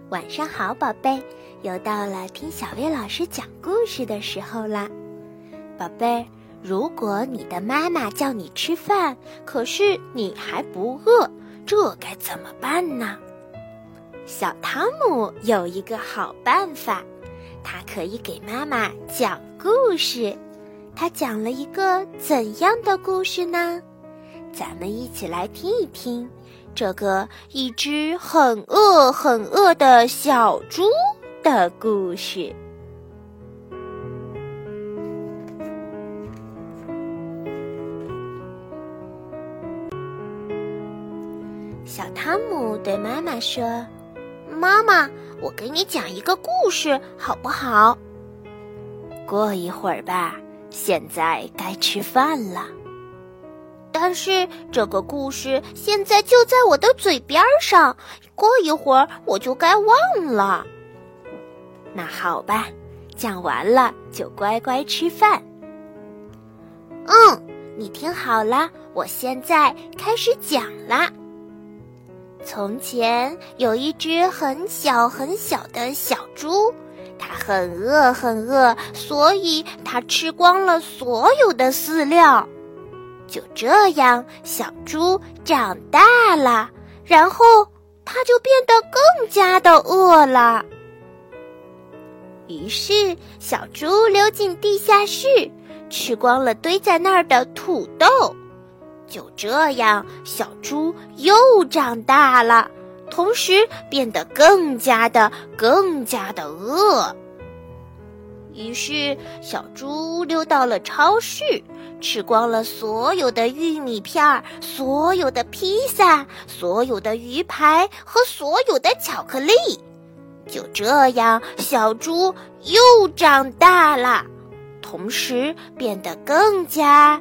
晚上好，宝贝，又到了听小薇老师讲故事的时候啦。宝贝，如果你的妈妈叫你吃饭，可是你还不饿，这该怎么办呢？小汤姆有一个好办法，他可以给妈妈讲故事。他讲了一个怎样的故事呢？咱们一起来听一听这个一只很饿的小猪的故事。小汤姆对妈妈说：“妈妈，我给你讲一个故事好不好？”过一会儿吧，现在该吃饭了。但是这个故事现在就在我的嘴边上，过一会儿我就该忘了。那好吧，讲完了就乖乖吃饭。你听好了，我现在开始讲啦。从前有一只很小的小猪，它很饿，所以它吃光了所有的饲料。就这样，小猪长大了，然后它就变得更加的饿了。于是，小猪溜进地下室，吃光了堆在那儿的土豆。就这样，小猪又长大了，同时变得更加的饿。于是，小猪溜到了超市，吃光了所有的玉米片，所有的披萨，所有的鱼排和所有的巧克力。就这样，小猪又长大了，同时变得更加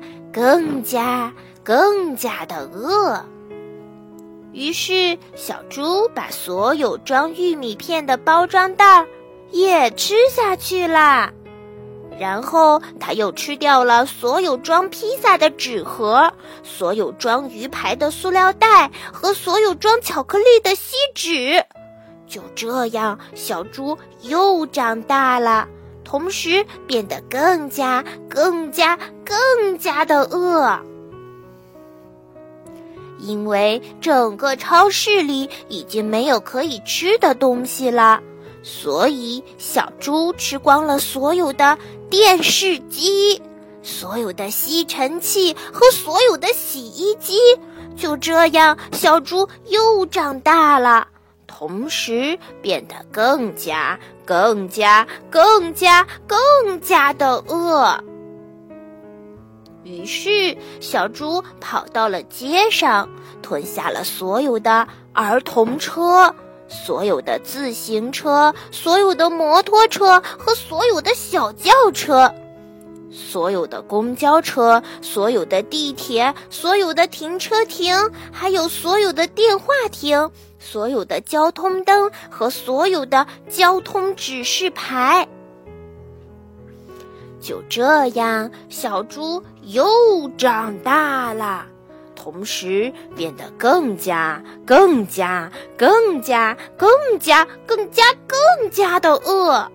的饿。于是，小猪把所有装玉米片的包装袋也吃下去啦。然后他又吃掉了所有装披萨的纸盒，所有装鱼排的塑料袋和所有装巧克力的锡纸。就这样，小猪又长大了，同时变得更加的饿。因为整个超市里已经没有可以吃的东西了，所以小猪吃光了所有的电视机，所有的吸尘器和所有的洗衣机。就这样，小猪又长大了，同时变得更加的饿。于是，小猪跑到了街上，吞下了所有的儿童车，所有的自行车，所有的摩托车和所有的小轿车，所有的公交车，所有的地铁，所有的停车亭，还有所有的电话亭，所有的交通灯和所有的交通指示牌。就这样，小猪又长大了，同时变得更加的饿。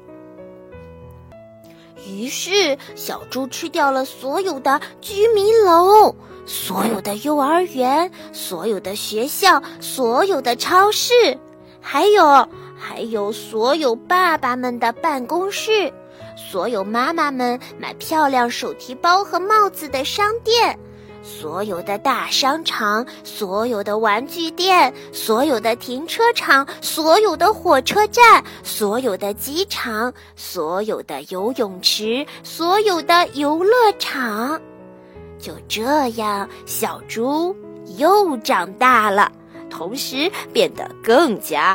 于是，小猪吃掉了所有的居民楼，所有的幼儿园，所有的学校，所有的超市，还有所有爸爸们的办公室，所有妈妈们买漂亮手提包和帽子的商店，所有的大商场，所有的玩具店，所有的停车场，所有的火车站，所有的机场，所有的游泳池，所有的游乐场。就这样，小猪又长大了，同时变得更加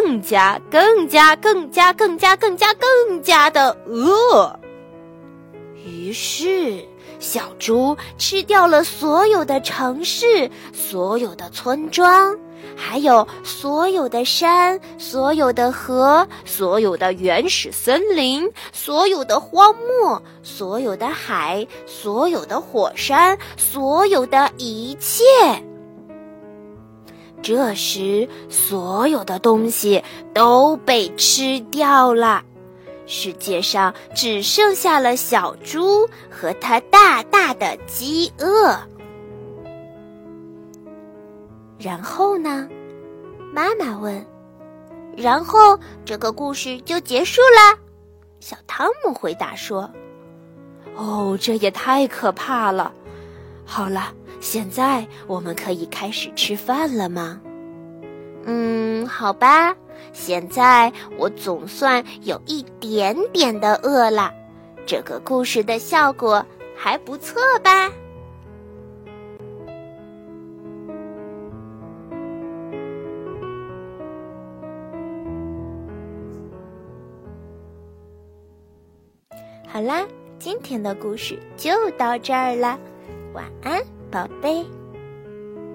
的饿。于是，小猪吃掉了所有的城市，所有的村庄，还有所有的山，所有的河，所有的原始森林，所有的荒漠，所有的海，所有的火山，所有的一切。 这时，所有的东西都被吃掉了，世界上只剩下了小猪和它大大的饥饿。然后呢？妈妈问。然后这个故事就结束了。小汤姆回答说。哦，这也太可怕了。好了，现在我们可以开始吃饭了吗？好吧，现在我总算有一点点的饿了。这个故事的效果还不错吧？好啦，今天的故事就到这儿了，晚安，宝贝。